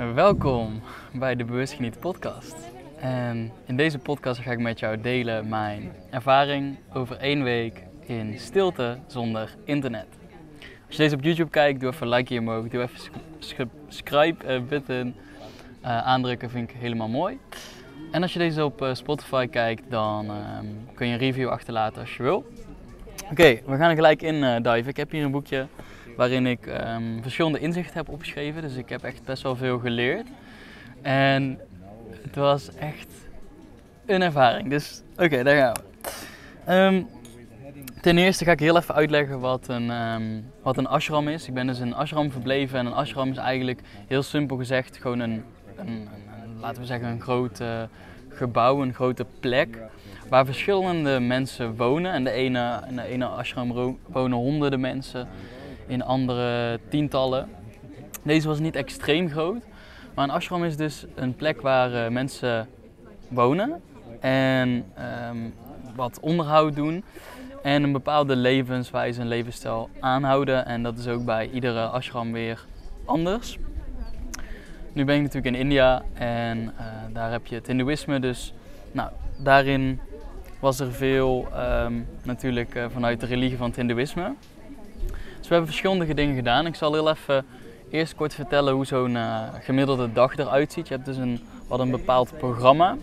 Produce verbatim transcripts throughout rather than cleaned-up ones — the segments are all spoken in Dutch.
Welkom bij de Bewust Genieten podcast. En in deze podcast ga ik met jou delen mijn ervaring over één week in stilte zonder internet. Als je deze op YouTube kijkt, doe even een like hier omhoog, doe even de subscribe button uh, aandrukken, vind ik helemaal mooi. En als je deze op uh, Spotify kijkt, dan uh, kun je een review achterlaten als je wil. Oké, okay, we gaan er gelijk in uh, dive. Ik heb hier een boekje waarin ik um, verschillende inzichten heb opgeschreven. Dus ik heb echt best wel veel geleerd. En het was echt een ervaring. Dus oké, okay, daar gaan we. Um, ten eerste ga ik heel even uitleggen wat een, um, wat een ashram is. Ik ben dus in een ashram verbleven. En een ashram is eigenlijk heel simpel gezegd gewoon een, een, een, een laten we zeggen, een groot uh, gebouw, een grote plek. Waar verschillende mensen wonen. En de ene, in de ene ashram wonen honderden mensen. In andere tientallen. Deze was niet extreem groot. Maar een ashram is dus een plek waar uh, mensen wonen. En um, wat onderhoud doen. En een bepaalde levenswijze en levensstijl aanhouden. En dat is ook bij iedere ashram weer anders. Nu ben ik natuurlijk in India. En uh, daar heb je het hindoeïsme. Dus nou, daarin was er veel um, natuurlijk uh, vanuit de religie van het hindoeïsme. Dus we hebben verschillende dingen gedaan. Ik zal heel even eerst kort vertellen hoe zo'n uh, gemiddelde dag eruit ziet. Je hebt dus een, wat een bepaald programma.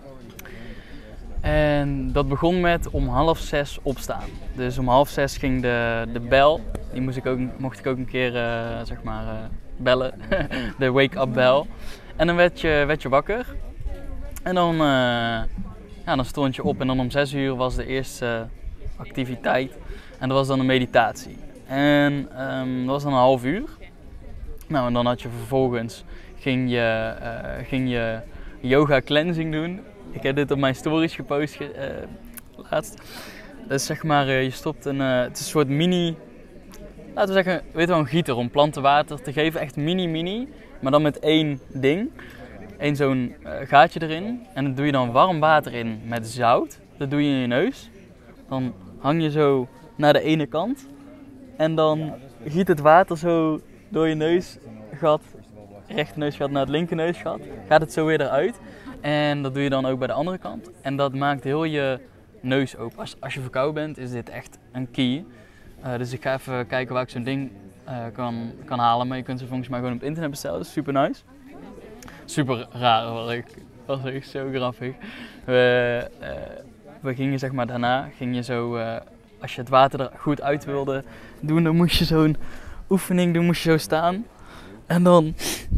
En dat begon met om half zes opstaan. Dus om half zes ging de, de bel. Die moest ik ook, mocht ik ook een keer uh, zeg maar, uh, bellen. De wake-up bel. En dan werd je, werd je wakker. En dan, uh, ja, dan stond je op en dan om zes uur was de eerste activiteit. En dat was dan een meditatie. En um, dat was dan een half uur. Nou, en dan had je vervolgens, ging je, uh, ging je yoga cleansing doen. Ik heb dit op mijn stories gepost uh, laatst. Dus zeg maar, uh, je stopt een, uh, het is een soort mini, laten we zeggen, weet je wel, een gieter om planten water te geven. Echt mini mini, maar dan met één ding. Eén zo'n uh, gaatje erin. En dan doe je dan warm water in met zout. Dat doe je in je neus. Dan hang je zo naar de ene kant. En dan giet het water zo door je neusgat, rechter neusgat naar het linker neusgat. Gaat het zo weer eruit. En dat doe je dan ook bij de andere kant. En dat maakt heel je neus open. Als, als je verkouden bent, is dit echt een key. Uh, dus ik ga even kijken waar ik zo'n ding uh, kan, kan halen. Maar je kunt ze volgens mij gewoon op het internet bestellen. Dat is super nice. Super raar hoor. Ik was echt zo grappig. We, uh, we gingen zeg maar daarna, ging je zo... Uh, Als je het water er goed uit wilde doen, dan moest je zo'n oefening doen, moest je zo staan. En dan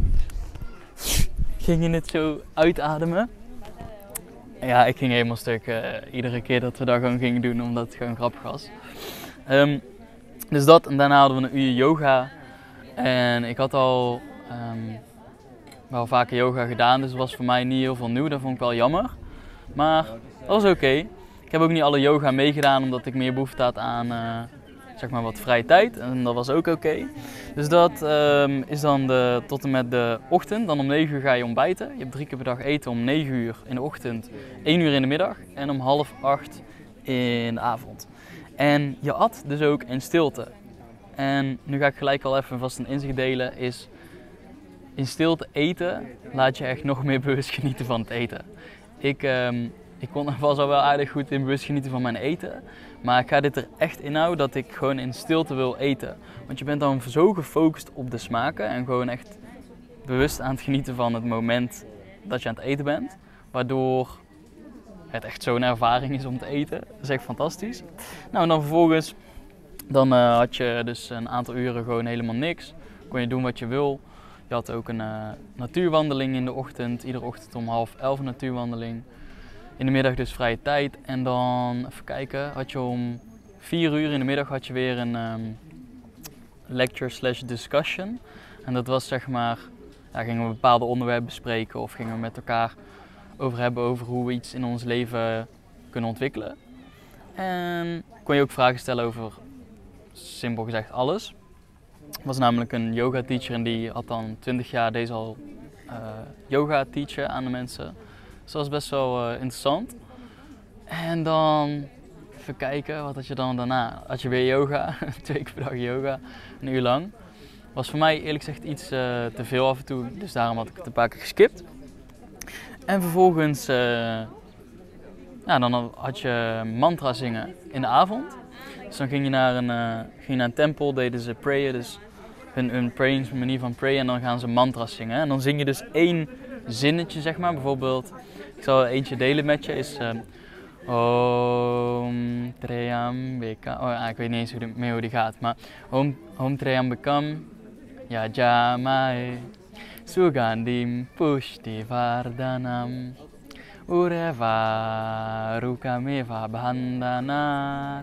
ging je het zo uitademen. Ja, ik ging helemaal stuk uh, iedere keer dat we dat gewoon gingen doen, omdat het gewoon grappig was. Um, dus dat, en daarna hadden we een uur yoga. En ik had al um, wel vaker yoga gedaan, dus het was voor mij niet heel veel nieuw. Dat vond ik wel jammer. Maar dat was oké. Okay. Ik heb ook niet alle yoga meegedaan, omdat ik meer behoefte had aan uh, zeg maar wat vrije tijd. En dat was ook oké. Okay. Dus dat um, is dan de, tot en met de ochtend. Dan om negen uur ga je ontbijten. Je hebt drie keer per dag eten om negen uur in de ochtend, één uur in de middag en om half acht in de avond. En je at dus ook in stilte. En nu ga ik gelijk al even vast een inzicht delen. Is in stilte eten laat je echt nog meer bewust genieten van het eten. Ik... Um, Ik kon, was al wel aardig goed in bewust genieten van mijn eten. Maar ik ga dit er echt in houden dat ik gewoon in stilte wil eten. Want je bent dan zo gefocust op de smaken. En gewoon echt bewust aan het genieten van het moment dat je aan het eten bent. Waardoor het echt zo'n ervaring is om te eten. Dat is echt fantastisch. Nou en dan vervolgens dan, uh, had je dus een aantal uren gewoon helemaal niks. Kon je doen wat je wil. Je had ook een uh, natuurwandeling in de ochtend. Iedere ochtend om half elf een natuurwandeling. In de middag dus vrije tijd en dan, even kijken, had je om vier uur in de middag had je weer een um, lecture slash discussion. En dat was zeg maar, ja, gingen we bepaalde onderwerpen bespreken of gingen we met elkaar over hebben over hoe we iets in ons leven kunnen ontwikkelen. En kon je ook vragen stellen over, simpel gezegd, alles. Er was namelijk een yoga teacher en die had dan twintig jaar deze al uh, yoga teachen aan de mensen. Dus dat was best wel uh, interessant. En dan, even kijken, wat had je dan daarna? Had je weer yoga, twee keer per dag yoga, een uur lang. Was voor mij eerlijk gezegd iets uh, te veel af en toe, dus daarom had ik het een paar keer geskipt. En vervolgens, uh, ja, dan had je mantra zingen in de avond. Dus dan ging je naar een, uh, ging je naar een tempel, deden ze prayen, dus hun, hun praying, manier van prayen, en dan gaan ze mantra's zingen. En dan zing je dus één zinnetje, zeg maar. Bijvoorbeeld, ik zal eentje delen met je, is uh, Om Triambekam. Oh, ik weet niet eens hoe die, meer hoe die gaat, maar Om, Om Triambekam Yajamae Sugandhim Pushti Vardhanam Urevarukamiva Bandhanat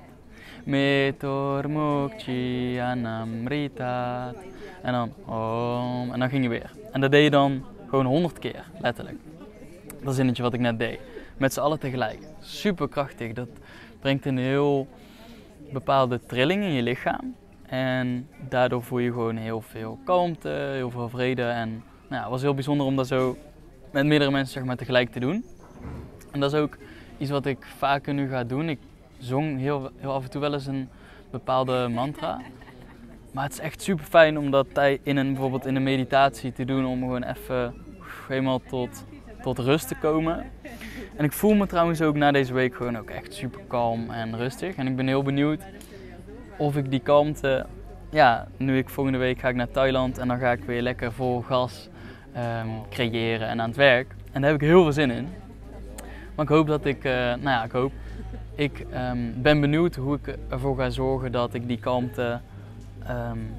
Metormukchi Anamritat. En dan Om. En dan ging je weer. En dat deed je dan gewoon honderd keer, letterlijk. Dat zinnetje wat ik net deed. Met z'n allen tegelijk. Super krachtig. Dat brengt een heel bepaalde trilling in je lichaam. En daardoor voel je gewoon heel veel kalmte, heel veel vrede. En nou ja, het was heel bijzonder om dat zo met meerdere mensen, zeg maar, tegelijk te doen. En dat is ook iets wat ik vaker nu ga doen. Ik zong heel, heel af en toe wel eens een bepaalde mantra. Maar het is echt super fijn om dat in een, bijvoorbeeld in een meditatie te doen. Om gewoon even helemaal tot, tot rust te komen. En ik voel me trouwens ook na deze week gewoon ook echt super kalm en rustig. En ik ben heel benieuwd of ik die kalmte, ja, nu ik volgende week ga ik naar Thailand en dan ga ik weer lekker vol gas um, creëren en aan het werk. En daar heb ik heel veel zin in. Maar ik hoop dat ik, uh, nou ja, ik hoop, ik um, ben benieuwd hoe ik ervoor ga zorgen dat ik die kalmte um,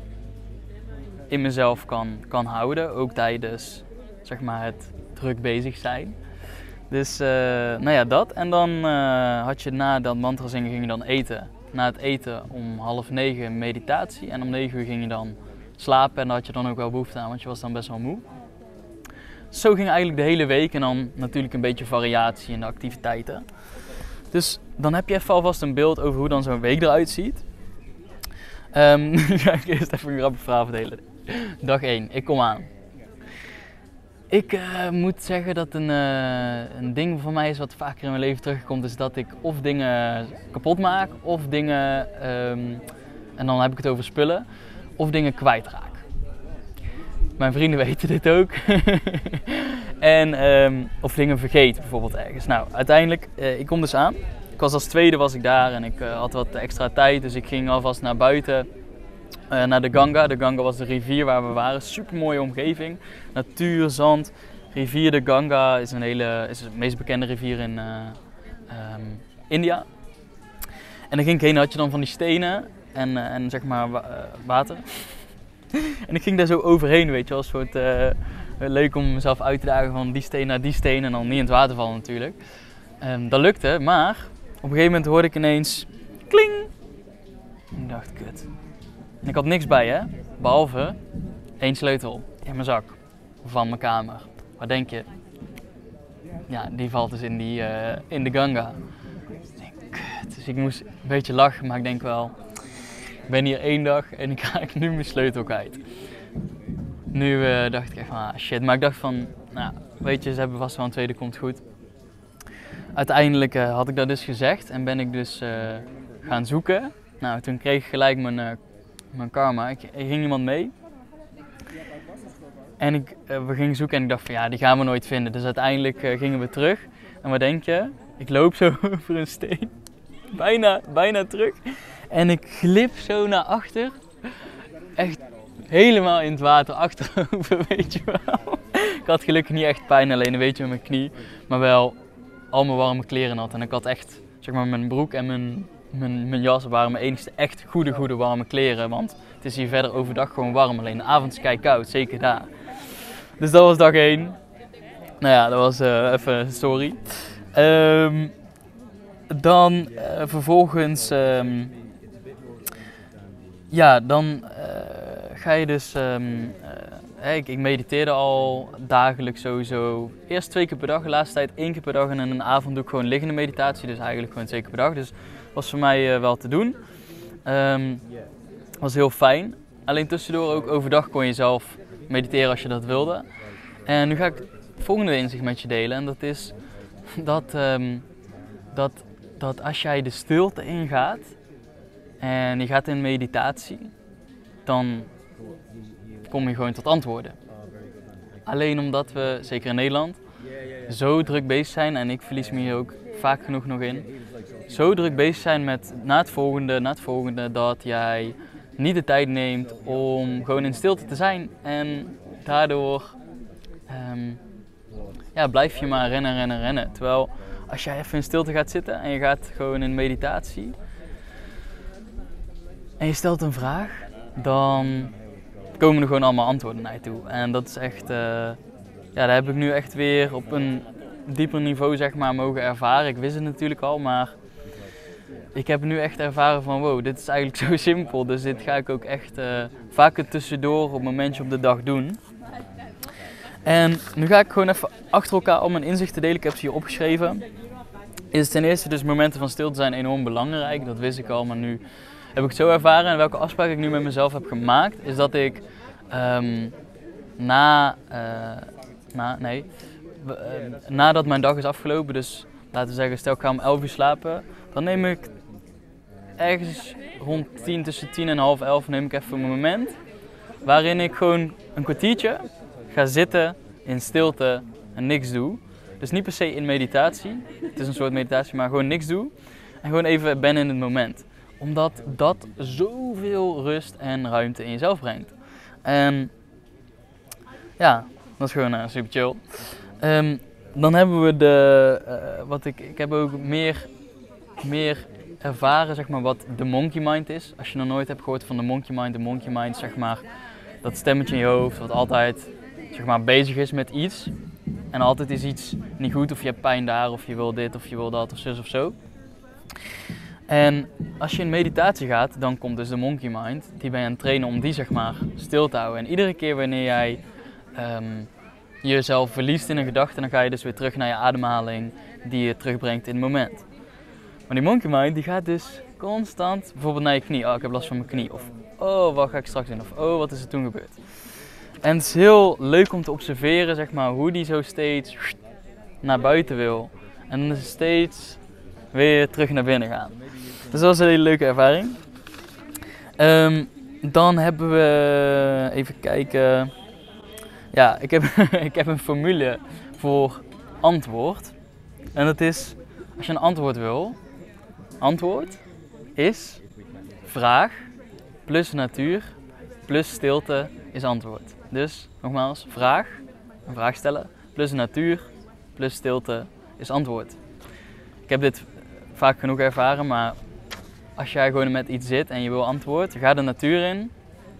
in mezelf kan, kan houden. Ook tijdens, zeg maar, het druk bezig zijn. Dus, uh, nou ja, dat. En dan uh, had je na dat mantra zingen ging je dan eten. Na het eten om half negen meditatie en om negen uur ging je dan slapen. En daar had je dan ook wel behoefte aan, want je was dan best wel moe. Zo ging eigenlijk de hele week en dan natuurlijk een beetje variatie in de activiteiten. Dus dan heb je even alvast een beeld over hoe dan zo'n week eruit ziet. Um, ga ik eerst even een grappig verhaal verdelen. Dag één, ik kom aan. Ik uh, moet zeggen dat een, uh, een ding van mij is wat vaker in mijn leven terugkomt, is dat ik of dingen kapot maak, of dingen, um, en dan heb ik het over spullen, of dingen kwijtraak. Mijn vrienden weten dit ook. en, um, of dingen vergeten bijvoorbeeld ergens. Nou, uiteindelijk, uh, ik kom dus aan. Ik was als tweede was ik daar en ik uh, had wat extra tijd, dus ik ging alvast naar buiten. Uh, naar de Ganga. De Ganga was de rivier waar we waren. Super mooie omgeving. Natuur, zand. Rivier de Ganga is, een hele, is de meest bekende rivier in uh, um, India. En dan ging ik heen, had je dan van die stenen en, uh, en zeg maar wa- uh, water. en ik ging daar zo overheen, weet je wel. Een soort, uh, leuk om mezelf uit te dagen van die steen naar die steen en dan niet in het water vallen natuurlijk. Um, dat lukte, maar op een gegeven moment hoorde ik ineens kling. En ik dacht, kut. En ik had niks bij, hè, behalve één sleutel in mijn zak van mijn kamer. Wat denk je? Ja, die valt dus in, die, uh, in de Ganga. Dus ik, kut. Dus ik moest een beetje lachen, maar ik denk wel, ik ben hier één dag en ik ga nu mijn sleutel kwijt. Nu uh, dacht ik echt van, ah shit, maar ik dacht van, nou, weet je, ze hebben vast wel een tweede, komt goed. Uiteindelijk uh, had ik dat dus gezegd en ben ik dus uh, gaan zoeken. Nou, toen kreeg ik gelijk mijn... Uh, Mijn karma. Ik, er ging iemand mee. En ik, uh, we gingen zoeken en ik dacht van ja, die gaan we nooit vinden. Dus uiteindelijk uh, gingen we terug. En wat denk je? Ik loop zo over een steen. Bijna, bijna terug. En ik glip zo naar achter. Echt helemaal in het water achterover, weet je wel. Ik had gelukkig niet echt pijn, alleen een beetje met mijn knie. Maar wel al mijn warme kleren had. En ik had echt, zeg maar, mijn broek en mijn... Mijn, mijn jas waren mijn enigste echt goede, goede warme kleren. Want het is hier verder overdag gewoon warm. Alleen de avond is kei koud, zeker daar. Dus dat was dag één. Nou ja, dat was uh, even een story. Um, dan uh, vervolgens... Um, ja, dan uh, ga je dus... Um, uh, hey, ik, ik mediteerde al dagelijks sowieso. Eerst twee keer per dag, de laatste tijd één keer per dag. En in een avond doe ik gewoon liggende meditatie. Dus eigenlijk gewoon twee keer per dag. Dus was voor mij uh, wel te doen. Um, was heel fijn. Alleen tussendoor ook overdag kon je zelf mediteren als je dat wilde. En nu ga ik het volgende inzicht met je delen. En dat is dat, um, dat, dat als jij de stilte ingaat en je gaat in meditatie, dan kom je gewoon tot antwoorden. Alleen omdat we, zeker in Nederland, zo druk bezig zijn, en ik verlies me hier ook vaak genoeg nog in, zo druk bezig zijn met na het volgende, na het volgende, dat jij niet de tijd neemt om gewoon in stilte te zijn. En daardoor um, ja, blijf je maar rennen, rennen, rennen. Terwijl als jij even in stilte gaat zitten en je gaat gewoon in meditatie en je stelt een vraag, dan komen er gewoon allemaal antwoorden naar je toe. En dat is echt, uh, ja, daar heb ik nu echt weer op een dieper niveau zeg maar mogen ervaren. Ik wist het natuurlijk al, maar ik heb nu echt ervaren van wow, dit is eigenlijk zo simpel. Dus dit ga ik ook echt uh, vaker tussendoor op een momentje op de dag doen. En nu ga ik gewoon even achter elkaar al mijn inzichten delen. Ik heb ze hier opgeschreven. Is ten eerste dus momenten van stilte zijn enorm belangrijk. Dat wist ik al, maar nu heb ik het zo ervaren. En welke afspraak ik nu met mezelf heb gemaakt, is dat ik um, na, uh, na, nee, uh, nadat mijn dag is afgelopen, dus laten we zeggen, stel ik ga om elf uur slapen, dan neem ik ergens rond tien, tussen tien en half elf, neem ik even een moment waarin ik gewoon een kwartiertje ga zitten in stilte en niks doe. Dus niet per se in meditatie, het is een soort meditatie, maar gewoon niks doe en gewoon even ben in het moment. Omdat dat zoveel rust en ruimte in jezelf brengt. En ja, dat is gewoon uh, super chill. Um, dan hebben we de, uh, wat ik, ik heb ook meer, meer ervaren, zeg maar, wat de monkey mind is. Als je nog nooit hebt gehoord van de monkey mind, de monkey mind, zeg maar, dat stemmetje in je hoofd wat altijd, zeg maar, bezig is met iets. En altijd is iets niet goed, of je hebt pijn daar, of je wil dit, of je wil dat, of zus of zo. En als je in meditatie gaat, dan komt dus de monkey mind. Die ben je aan het trainen om die, zeg maar, stil te houden. En iedere keer wanneer jij um, jezelf verliest in een gedachte, dan ga je dus weer terug naar je ademhaling die je terugbrengt in het moment. Maar die monkey mind die gaat dus constant bijvoorbeeld naar je knie. Oh, ik heb last van mijn knie. Of oh, wat ga ik straks doen? Of oh, wat is er toen gebeurd? En het is heel leuk om te observeren, zeg maar, hoe die zo steeds naar buiten wil. En dan is het steeds weer terug naar binnen gaan. Dus dat was een hele leuke ervaring. Um, dan hebben we, even kijken. Ja, ik heb, ik heb een formule voor antwoord. En dat is, als je een antwoord wil, antwoord is vraag plus natuur plus stilte is antwoord. Dus nogmaals, vraag, een vraag stellen, plus natuur plus stilte is antwoord. Ik heb dit vaak genoeg ervaren, maar als jij gewoon met iets zit en je wil antwoord, ga de natuur in.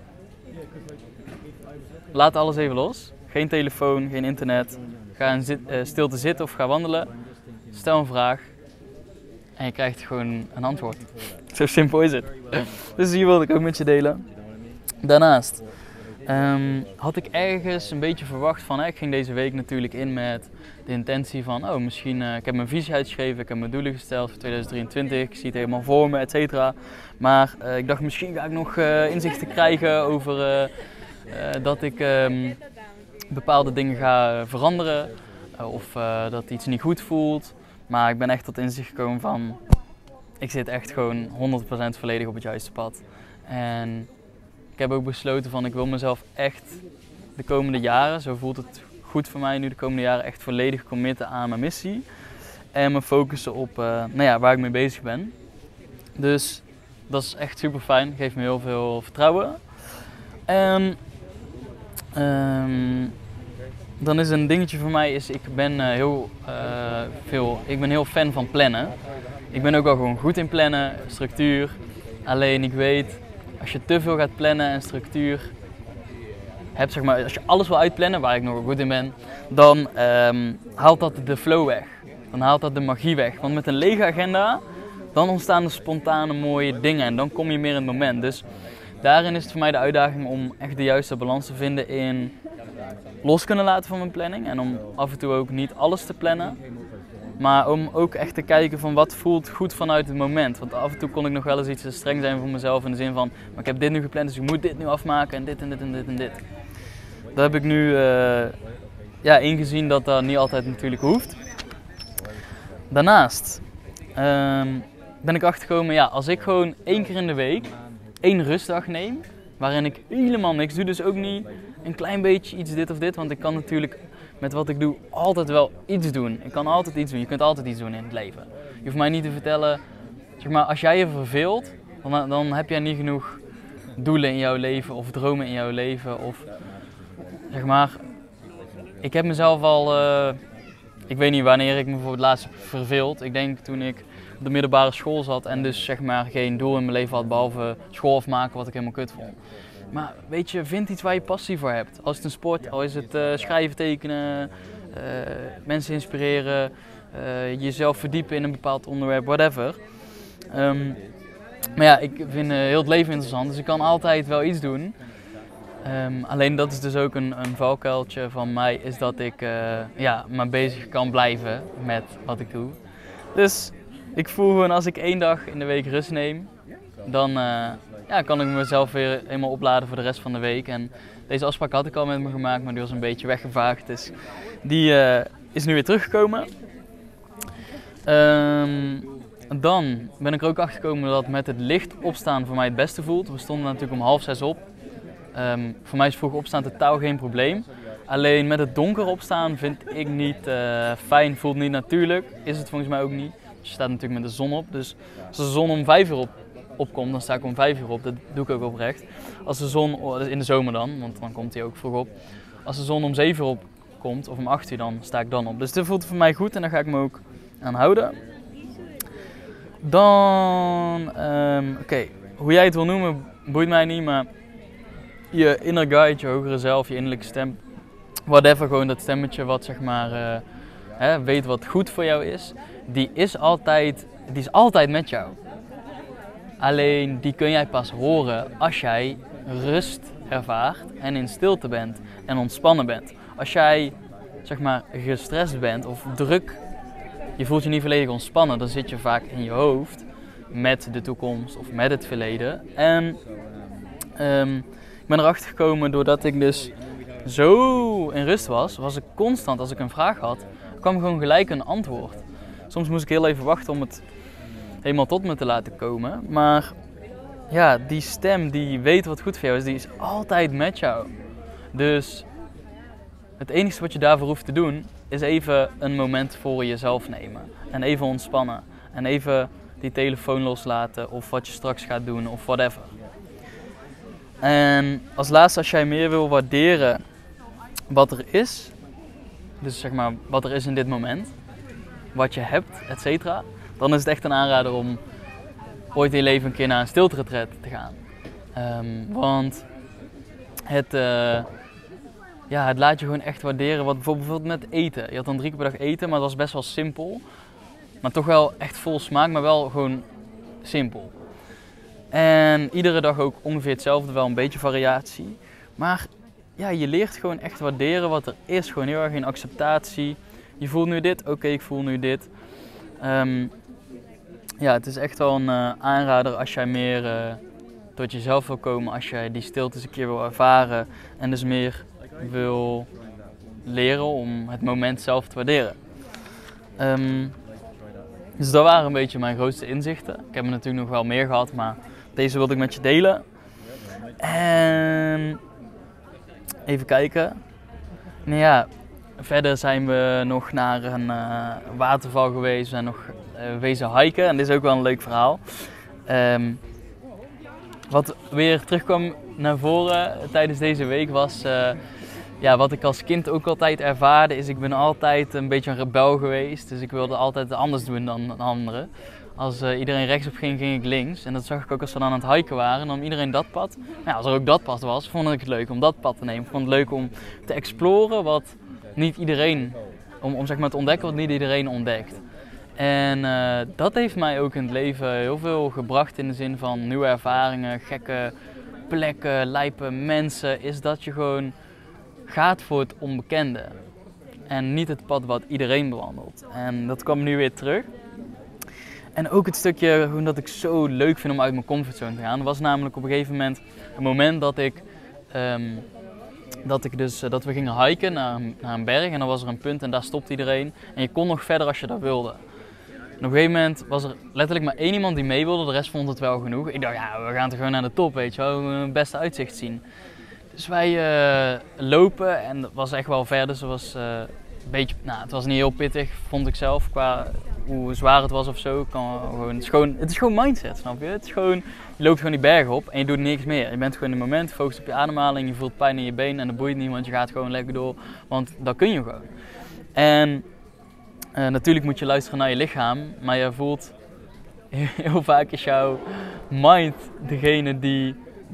Laat alles even los. Geen telefoon, geen internet. Ga in zit, uh, stilte zitten of ga wandelen. Stel een vraag en je krijgt gewoon een antwoord. Zo simpel is het. Dus hier wilde ik ook met je delen. Daarnaast um, had ik ergens een beetje verwacht van, hè, ik ging deze week natuurlijk in met de intentie van, oh misschien, uh, ik heb mijn visie uitgeschreven, ik heb mijn doelen gesteld voor tweeduizend drieëntwintig, ik zie het helemaal voor me, et cetera. Maar uh, ik dacht misschien ga ik nog uh, inzichten krijgen over uh, uh, dat ik um, bepaalde dingen ga veranderen uh, of uh, dat iets niet goed voelt. Maar ik ben echt tot inzicht gekomen van, ik zit echt gewoon honderd procent volledig op het juiste pad. En ik heb ook besloten van, ik wil mezelf echt de komende jaren, zo voelt het goed voor mij nu, de komende jaren echt volledig committen aan mijn missie. En me focussen op uh, nou ja, waar ik mee bezig ben. Dus dat is echt super fijn, geeft me heel veel vertrouwen. En um, dan is een dingetje voor mij, is ik ben uh, heel uh, veel, ik ben heel fan van plannen. Ik ben ook al gewoon goed in plannen, structuur. Alleen ik weet, als je te veel gaat plannen en structuur hebt, zeg maar, als je alles wil uitplannen, waar ik nog goed in ben, dan um, haalt dat de flow weg. Dan haalt dat de magie weg. Want met een lege agenda, dan ontstaan er spontane mooie dingen en dan kom je meer in het moment. Dus daarin is het voor mij de uitdaging om echt de juiste balans te vinden in los kunnen laten van mijn planning. En om af en toe ook niet alles te plannen. Maar om ook echt te kijken van wat voelt goed vanuit het moment. Want af en toe kon ik nog wel eens iets te streng zijn voor mezelf in de zin van, maar ik heb dit nu gepland, dus ik moet dit nu afmaken en dit en dit en dit en dit. Daar heb ik nu uh, ja, ingezien dat dat niet altijd natuurlijk hoeft. Daarnaast um, ben ik achtergekomen, ja, als ik gewoon één keer in de week één rustdag neem, waarin ik helemaal niks doe. Dus ook niet een klein beetje iets dit of dit, want ik kan natuurlijk met wat ik doe altijd wel iets doen. Ik kan altijd iets doen, je kunt altijd iets doen in het leven. Je hoeft mij niet te vertellen, zeg maar, als jij je verveelt, dan, dan heb jij niet genoeg doelen in jouw leven of dromen in jouw leven. Of, zeg maar, ik heb mezelf al, uh, ik weet niet wanneer ik me voor het laatst heb verveeld. Ik denk toen ik op de middelbare school zat en dus zeg maar geen doel in mijn leven had behalve school afmaken, wat ik helemaal kut vond. Maar weet je, vind iets waar je passie voor hebt. Als het een sport, al is het uh, schrijven, tekenen, uh, mensen inspireren, uh, jezelf verdiepen in een bepaald onderwerp, whatever. Um, maar ja, ik vind uh, heel het leven interessant, dus ik kan altijd wel iets doen. Um, alleen dat is dus ook een, een valkuiltje van mij, is dat ik uh, ja, maar bezig kan blijven met wat ik doe. Dus ik voel gewoon, als ik één dag in de week rust neem, dan uh, ja, kan ik mezelf weer helemaal opladen voor de rest van de week. En deze afspraak had ik al met me gemaakt, maar die was een beetje weggevaagd. Dus die uh, is nu weer teruggekomen. Um, dan ben ik er ook achter gekomen dat met het licht opstaan voor mij het beste voelt. We stonden natuurlijk om half zes op. Um, voor mij is vroeg opstaan totaal geen probleem. Alleen met het donker opstaan vind ik niet uh, fijn, voelt niet natuurlijk. Is het volgens mij ook niet. Je staat natuurlijk met de zon op. Dus als de zon om vijf uur op, opkomt, dan sta ik om vijf uur op. Dat doe ik ook oprecht. Als de zon, in de zomer dan, want dan komt hij ook vroeg op. Als de zon om zeven uur opkomt, of om acht uur, dan sta ik dan op. Dus dit voelt voor mij goed en daar ga ik me ook aan houden. Dan, um, oké, okay. Hoe jij het wil noemen, boeit mij niet, maar je inner guide, je hogere zelf, je innerlijke stem, whatever, gewoon dat stemmetje wat zeg maar uh, hè, weet wat goed voor jou is, die is altijd, die is altijd met jou. Alleen die kun jij pas horen als jij rust ervaart en in stilte bent en ontspannen bent. Als jij zeg maar gestrest bent of druk, je voelt je niet volledig ontspannen, dan zit je vaak in je hoofd met de toekomst of met het verleden. En um, ik ben erachter gekomen doordat ik dus zo in rust was, was ik constant, als ik een vraag had, kwam gewoon gelijk een antwoord. Soms moest ik heel even wachten om het helemaal tot me te laten komen. Maar ja, die stem die weet wat goed voor jou is, die is altijd met jou. Dus het enige wat je daarvoor hoeft te doen, is even een moment voor jezelf nemen. En even ontspannen. En even die telefoon loslaten of wat je straks gaat doen of whatever. En als laatste, als jij meer wil waarderen wat er is, dus zeg maar wat er is in dit moment, wat je hebt, et cetera, dan is het echt een aanrader om ooit in je leven een keer naar een stilte-retreat te gaan. Um, want het, uh, ja, het laat je gewoon echt waarderen, wat bijvoorbeeld met eten. Je had dan drie keer per dag eten, maar dat was best wel simpel. Maar toch wel echt vol smaak, maar wel gewoon simpel. En iedere dag ook ongeveer hetzelfde, wel een beetje variatie. Maar ja, je leert gewoon echt waarderen wat er is. Gewoon heel erg in acceptatie. Je voelt nu dit, oké, okay, ik voel nu dit. Um, ja, het is echt wel een uh, aanrader als jij meer uh, tot jezelf wil komen. Als jij die stilte eens een keer wil ervaren. En dus meer wil leren om het moment zelf te waarderen. Um, dus dat waren een beetje mijn grootste inzichten. Ik heb er natuurlijk nog wel meer gehad, maar deze wilde ik met je delen. En even kijken. Nou ja, verder zijn we nog naar een uh, waterval geweest. We zijn nog uh, wezen hiken en dit is ook wel een leuk verhaal. Um, wat weer terugkwam naar voren tijdens deze week was, uh, ja, wat ik als kind ook altijd ervaarde, is ik ben altijd een beetje een rebel geweest. Dus ik wilde altijd anders doen dan anderen. Als uh, iedereen rechtsop ging, ging ik links. En dat zag ik ook als we dan aan het hiken waren. En dan iedereen dat pad. Nou, ja, als er ook dat pad was, vond ik het leuk om dat pad te nemen. Ik vond het leuk om te exploren wat niet iedereen, om, om zeg maar te ontdekken wat niet iedereen ontdekt. En uh, dat heeft mij ook in het leven heel veel gebracht in de zin van nieuwe ervaringen, gekke plekken, lijpe mensen. Is dat je gewoon gaat voor het onbekende. En niet het pad wat iedereen bewandelt. En dat kwam nu weer terug. En ook het stukje gewoon dat ik zo leuk vind om uit mijn comfortzone te gaan. Er was namelijk op een gegeven moment een moment dat ik, um, dat, ik dus, dat we gingen hiken naar, naar een berg. En dan was er een punt en daar stopte iedereen. En je kon nog verder als je dat wilde. En op een gegeven moment was er letterlijk maar één iemand die mee wilde, de rest vond het wel genoeg. Ik dacht, ja, we gaan toch gewoon naar de top, weet je wel, we willen het beste uitzicht zien. Dus wij uh, lopen en dat was echt wel ver, dus het was, uh, een beetje, nou, het was niet heel pittig, vond ik zelf, qua hoe zwaar het was of zo. Kan gewoon, het, is gewoon, het is gewoon mindset, snap je? Het is gewoon, je loopt gewoon die berg op en je doet niks meer. Je bent gewoon in het moment, focust op je ademhaling, je voelt pijn in je been en dat boeit niet, want je gaat gewoon lekker door, want dat kun je gewoon. En uh, natuurlijk moet je luisteren naar je lichaam, maar je voelt heel vaak is jouw mind degene die,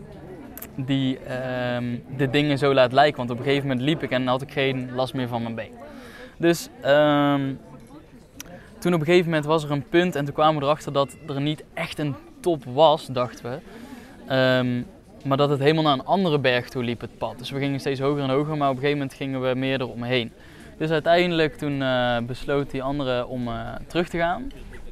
die um, de dingen zo laat lijken. Want op een gegeven moment liep ik en had ik geen last meer van mijn been. Dus um, toen op een gegeven moment was er een punt en toen kwamen we erachter dat er niet echt een top was, dachten we. Um, maar dat het helemaal naar een andere berg toe liep, het pad. Dus we gingen steeds hoger en hoger, maar op een gegeven moment gingen we meer eromheen. Dus uiteindelijk toen uh, besloot die andere om uh, terug te gaan.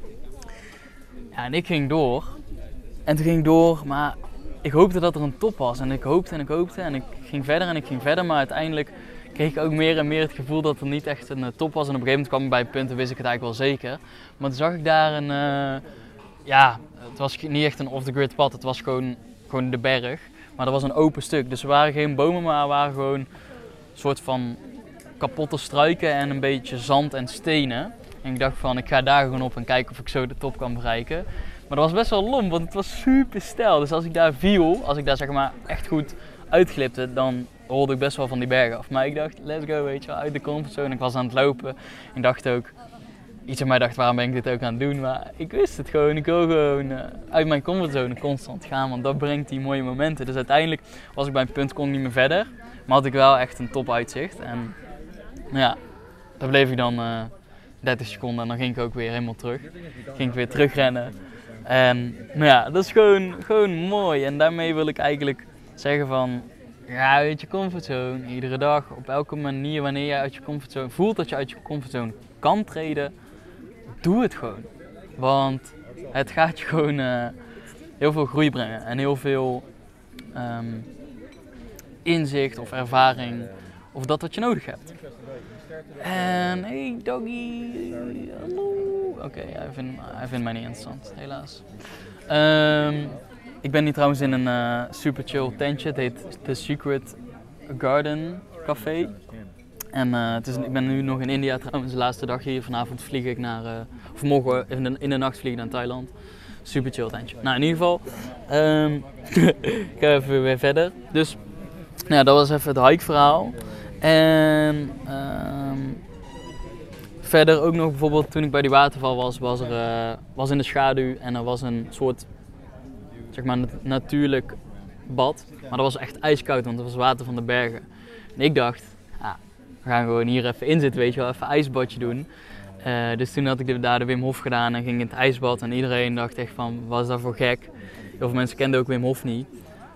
Ja, en ik ging door. En toen ging ik door, maar ik hoopte dat er een top was. En ik hoopte en ik hoopte en ik ging verder en ik ging verder. Maar uiteindelijk kreeg ik ook meer en meer het gevoel dat er niet echt een uh, top was. En op een gegeven moment kwam ik bij een punt en wist ik het eigenlijk wel zeker. Maar toen zag ik daar een, uh, ja, het was niet echt een off-the-grid pad. Het was gewoon, gewoon de berg. Maar dat was een open stuk. Dus er waren geen bomen, maar er waren gewoon een soort van kapotte struiken en een beetje zand en stenen. En ik dacht van, ik ga daar gewoon op en kijken of ik zo de top kan bereiken. Maar dat was best wel lomp, want het was super steil. Dus als ik daar viel, als ik daar zeg maar echt goed uitglipte, dan rolde ik best wel van die bergen af. Maar ik dacht, let's go, weet je wel, uit de comfortzone. Ik was aan het lopen. Ik dacht ook, iets van mij dacht, waarom ben ik dit ook aan het doen? Maar ik wist het gewoon, ik wil gewoon uh, uit mijn comfortzone constant gaan, want dat brengt die mooie momenten. Dus uiteindelijk was ik bij een punt, kon ik niet meer verder. Maar had ik wel echt een top uitzicht. En ja, daar bleef ik dan uh, dertig seconden en dan ging ik ook weer helemaal terug. Ging ik weer terugrennen. En nou ja, dat is gewoon, gewoon mooi. En daarmee wil ik eigenlijk zeggen van, ja, uit je comfortzone. Iedere dag, op elke manier, wanneer je uit je comfortzone voelt dat je uit je comfortzone kan treden, doe het gewoon. Want het gaat je gewoon uh, heel veel groei brengen en heel veel um, inzicht of ervaring of dat wat je nodig hebt. En hey doggy, hallo. Oké, okay, hij, vindt, hij vindt mij niet interessant, helaas. Um, ik ben hier trouwens in een uh, super chill tentje, het heet The Secret Garden Café. En uh, het is, ik ben nu nog in India trouwens, de laatste dag hier. Vanavond vlieg ik naar, uh, of morgen in de, in de nacht vlieg ik naar Thailand. Super chill tentje. Nou, in ieder geval, um, ik ga even weer verder. Dus, nou ja, dat was even het hike-verhaal. En um, verder ook nog bijvoorbeeld toen ik bij die waterval was, was er uh, was in de schaduw en er was een soort, zeg maar, nat- natuurlijk bad. Maar dat was echt ijskoud, want het was water van de bergen. En ik dacht, ah, we gaan gewoon hier even in zitten, weet je wel, even een ijsbadje doen. Uh, dus toen had ik de, daar de Wim Hof gedaan en ging in het ijsbad en iedereen dacht echt van, wat is dat voor gek? Heel veel mensen kenden ook Wim Hof niet.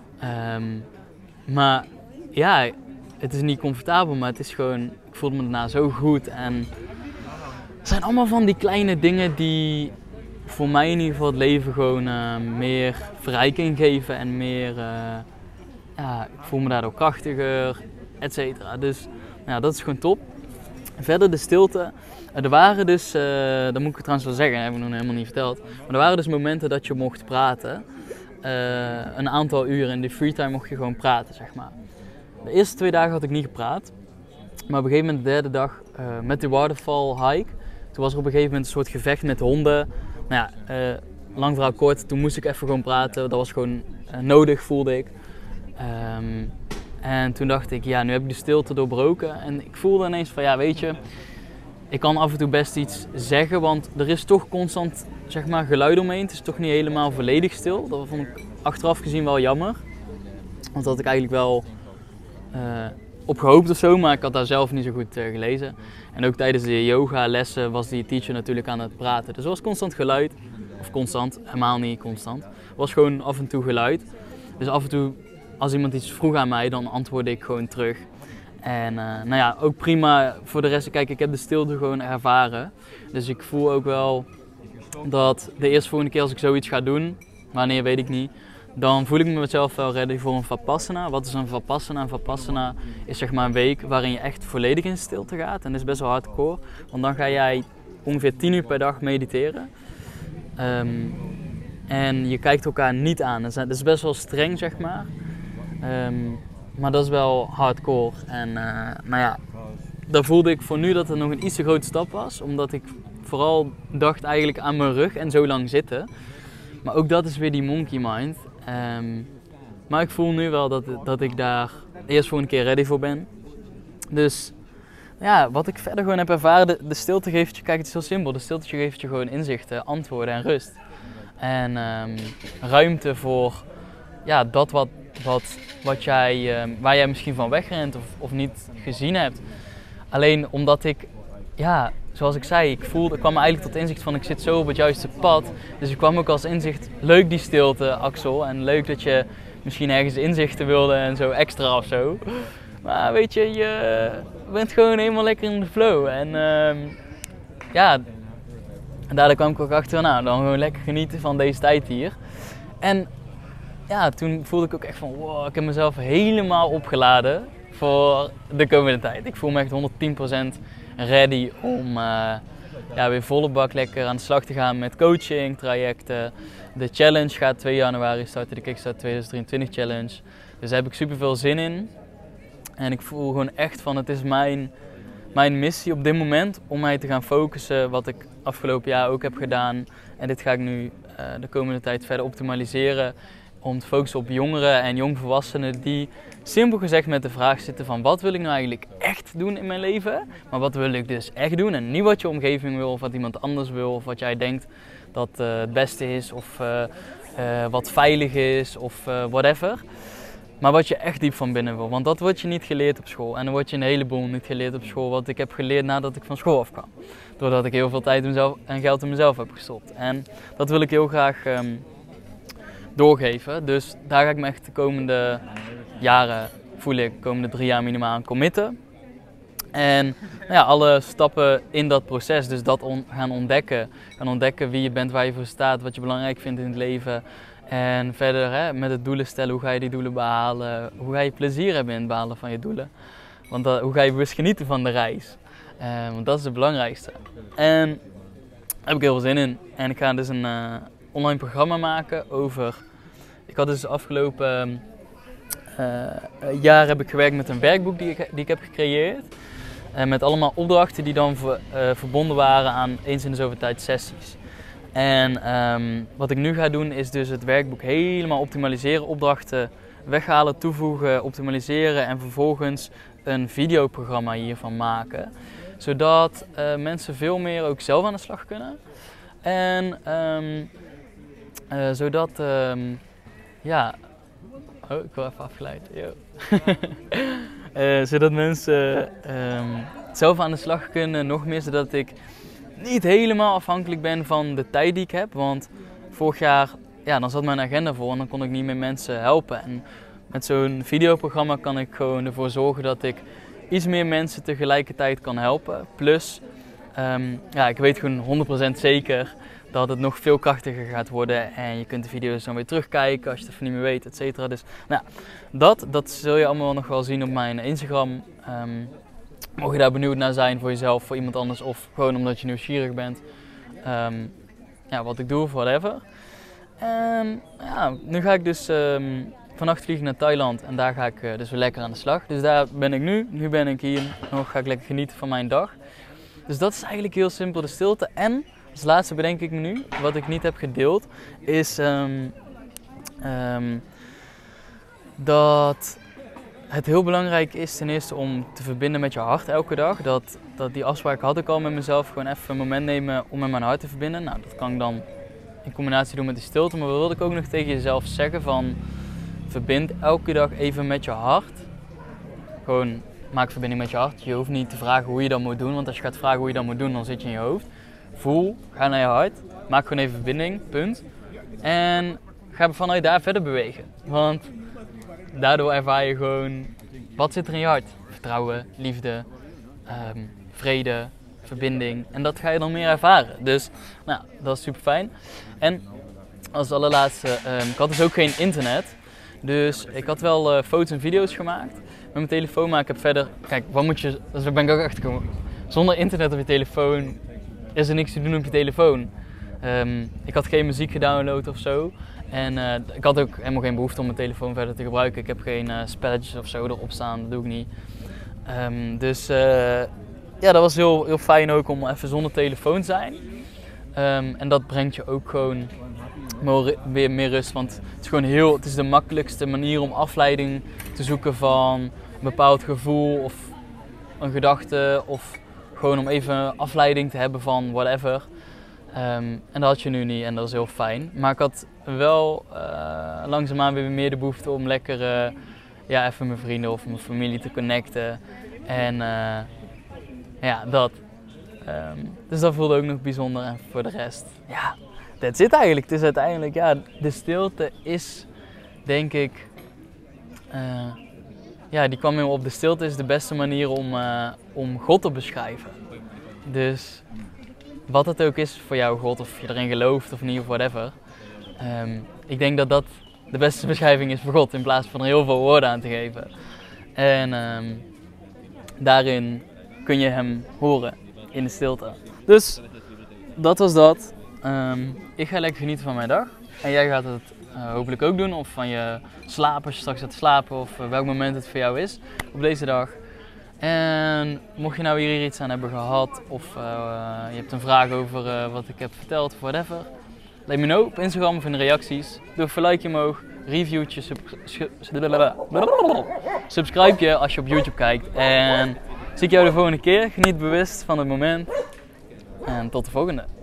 Um, maar ja, het is niet comfortabel, maar het is gewoon, ik voelde me daarna zo goed. En het zijn allemaal van die kleine dingen die voor mij in ieder geval het leven gewoon uh, meer verrijking geven en meer, uh, ja, ik voel me daardoor krachtiger, et cetera. Dus ja, dat is gewoon top. Verder de stilte. Er waren dus, uh, dat moet ik trouwens wel zeggen, dat heb ik nog helemaal niet verteld. Maar er waren dus momenten dat je mocht praten. Uh, een aantal uren in de free time mocht je gewoon praten, zeg maar. De eerste twee dagen had ik niet gepraat. Maar op een gegeven moment de derde dag uh, met de waterfall hike. Toen was er op een gegeven moment een soort gevecht met honden. Nou ja, uh, lang verhaal kort, toen moest ik even gewoon praten. Dat was gewoon uh, nodig, voelde ik. Um, en toen dacht ik, ja, nu heb ik de stilte doorbroken. En ik voelde ineens van, ja, weet je, ik kan af en toe best iets zeggen. Want er is toch constant, zeg maar, geluid omheen. Het is toch niet helemaal volledig stil. Dat vond ik achteraf gezien wel jammer. Want dat had ik eigenlijk wel uh, op gehoopt of zo, maar ik had daar zelf niet zo goed uh, gelezen. En ook tijdens de yoga lessen was die teacher natuurlijk aan het praten. Dus er was constant geluid. Of constant, helemaal niet constant. Er was gewoon af en toe geluid. Dus af en toe, als iemand iets vroeg aan mij, dan antwoordde ik gewoon terug. En uh, nou ja, ook prima. Voor de rest, kijk, ik heb de stilte gewoon ervaren. Dus ik voel ook wel dat de eerste volgende keer als ik zoiets ga doen, wanneer weet ik niet, dan voel ik me mezelf wel ready voor een Vipassana. Wat is een Vipassana? Een Vipassana is zeg maar een week waarin je echt volledig in stilte gaat. En dat is best wel hardcore. Want dan ga jij ongeveer tien uur per dag mediteren. Um, en je kijkt elkaar niet aan. Dat is best wel streng, zeg maar. Um, maar dat is wel hardcore. En uh, nou ja, daar voelde ik voor nu dat het nog een iets te grote stap was. Omdat ik vooral dacht eigenlijk aan mijn rug en zo lang zitten. Maar ook dat is weer die monkey mind. Um, maar ik voel nu wel dat, dat ik daar eerst voor een keer ready voor ben. Dus ja, wat ik verder gewoon heb ervaren, de, de stilte geeft je, kijk het is heel simpel, de stilte geeft je gewoon inzichten, antwoorden en rust. En um, ruimte voor ja, dat wat, wat, wat jij, um, waar jij misschien van wegrent of, of niet gezien hebt. Alleen omdat ik, ja, zoals ik zei, ik voelde, ik kwam me eigenlijk tot inzicht van ik zit zo op het juiste pad. Dus ik kwam ook als inzicht, leuk die stilte Axel en leuk dat je misschien ergens inzichten wilde en zo extra of zo. Maar weet je, je bent gewoon helemaal lekker in de flow. En um, ja, en daardoor kwam ik ook achter, nou, dan gewoon lekker genieten van deze tijd hier. En ja, toen voelde ik ook echt van, wow, ik heb mezelf helemaal opgeladen voor de komende tijd. Ik voel me echt honderdtien procent ready om uh, ja, weer volle bak lekker aan de slag te gaan met coaching, trajecten. De challenge gaat twee januari starten, de Kickstart tweeduizend drieëntwintig challenge. Dus daar heb ik super veel zin in. En ik voel gewoon echt van, het is mijn, mijn missie op dit moment om mij te gaan focussen wat ik afgelopen jaar ook heb gedaan. En dit ga ik nu uh, de komende tijd verder optimaliseren. Om te focussen op jongeren en jongvolwassenen die simpel gezegd met de vraag zitten van wat wil ik nou eigenlijk echt doen in mijn leven? Maar wat wil ik dus echt doen? En niet wat je omgeving wil of wat iemand anders wil of wat jij denkt dat uh, het beste is of uh, uh, wat veilig is of uh, whatever. Maar wat je echt diep van binnen wil. Want dat wordt je niet geleerd op school. En dan word je een heleboel niet geleerd op school wat ik heb geleerd nadat ik van school afkwam. Doordat ik heel veel tijd in mezelf en geld in mezelf heb gestopt. En dat wil ik heel graag um, doorgeven. Dus daar ga ik me echt de komende jaren, voel ik, de komende drie jaar minimaal aan committen. En nou ja, alle stappen in dat proces, dus dat on- gaan ontdekken. Gaan ontdekken wie je bent, waar je voor staat, wat je belangrijk vindt in het leven. En verder hè, met het doelen stellen, hoe ga je die doelen behalen? Hoe ga je plezier hebben in het behalen van je doelen? Want dat, hoe ga je bewust genieten van de reis? Uh, want dat is het belangrijkste. En daar heb ik heel veel zin in. En ik ga dus een uh, online programma maken over... Ik had dus afgelopen uh, jaar heb ik gewerkt met een werkboek die ik, die ik heb gecreëerd. Uh, met allemaal opdrachten die dan ver, uh, verbonden waren aan eens in de zoveel tijd sessies. En um, wat ik nu ga doen is dus het werkboek helemaal optimaliseren, opdrachten weghalen, toevoegen, optimaliseren en vervolgens een videoprogramma hiervan maken. Zodat uh, mensen veel meer ook zelf aan de slag kunnen. En um, uh, zodat, um, ja, oh ik word even afgeleid, yo. uh, zodat mensen um, zelf aan de slag kunnen, nog meer zodat ik niet helemaal afhankelijk ben van de tijd die ik heb, want vorig jaar, ja, dan zat mijn agenda vol en dan kon ik niet meer mensen helpen. En met zo'n videoprogramma kan ik gewoon ervoor zorgen dat ik iets meer mensen tegelijkertijd kan helpen. Plus, um, ja, ik weet gewoon honderd procent zeker dat het nog veel krachtiger gaat worden en je kunt de video's dan weer terugkijken als je het even niet meer weet, et cetera. Dus nou, dat, dat zul je allemaal nog wel zien op mijn Instagram. Um, Mocht je daar benieuwd naar zijn voor jezelf, voor iemand anders of gewoon omdat je nieuwsgierig bent. Um, ja, wat ik doe, whatever. En ja, nu ga ik dus um, vannacht vliegen naar Thailand en daar ga ik uh, dus weer lekker aan de slag. Dus daar ben ik nu. Nu ben ik hier nog, ga ik lekker genieten van mijn dag. Dus dat is eigenlijk heel simpel, de stilte. En als laatste bedenk ik me nu, wat ik niet heb gedeeld, is um, um, dat... Het heel belangrijk is ten eerste om te verbinden met je hart elke dag. Dat, dat die afspraak had ik al met mezelf. Gewoon even een moment nemen om met mijn hart te verbinden. Nou, dat kan ik dan in combinatie doen met die stilte. Maar wat wilde ik ook nog tegen jezelf zeggen van... Verbind elke dag even met je hart. Gewoon maak verbinding met je hart. Je hoeft niet te vragen hoe je dat moet doen. Want als je gaat vragen hoe je dat moet doen, dan zit je in je hoofd. Voel, ga naar je hart. Maak gewoon even verbinding, punt. En ga vanuit daar verder bewegen. Want... Daardoor ervaar je gewoon, wat zit er in je hart? Vertrouwen, liefde, um, vrede, verbinding. En dat ga je dan meer ervaren. Dus, nou, dat is super fijn. En als allerlaatste, um, ik had dus ook geen internet. Dus ik had wel uh, foto's en video's gemaakt met mijn telefoon. Maar ik heb verder, kijk, wat moet je, dus daar ben ik ook achter gekomen. Zonder internet op je telefoon is er niks te doen op je telefoon. Um, ik had geen muziek gedownload of zo. En uh, ik had ook helemaal geen behoefte om mijn telefoon verder te gebruiken. Ik heb geen uh, spelletjes of zo erop staan, dat doe ik niet. Um, dus uh, ja, dat was heel, heel fijn ook om even zonder telefoon te zijn. Um, en dat brengt je ook gewoon weer meer rust. Want het is gewoon heel, het is de makkelijkste manier om afleiding te zoeken van een bepaald gevoel of een gedachte. Of gewoon om even afleiding te hebben van whatever. Um, en dat had je nu niet en dat is heel fijn. Maar ik had wel uh, langzaamaan weer meer de behoefte om lekker uh, ja, even mijn vrienden of mijn familie te connecten. En uh, ja, dat. Um, dus dat voelde ook nog bijzonder. En voor de rest, ja, that's it eigenlijk. Het is uiteindelijk, ja, de stilte is, denk ik, uh, ja, die kwam helemaal op. De stilte is de beste manier om, uh, om God te beschrijven. Dus wat het ook is voor jou, God, of je erin gelooft of niet, of whatever. Um, ik denk dat dat de beste beschrijving is voor God, in plaats van er heel veel woorden aan te geven. En um, daarin kun je hem horen, in de stilte. Dus, dat was dat. Um, ik ga lekker genieten van mijn dag. En jij gaat het uh, hopelijk ook doen, of van je slapen, als je straks gaat slapen, of uh, welk moment het voor jou is op deze dag. En mocht je nou hier iets aan hebben gehad of uh, je hebt een vraag over uh, wat ik heb verteld of whatever, let me know op Instagram of in de reacties. Doe even een likeje omhoog, reviewtje, sub subscribe je als je op YouTube kijkt. En zie ik jou de volgende keer. Geniet bewust van het moment en tot de volgende.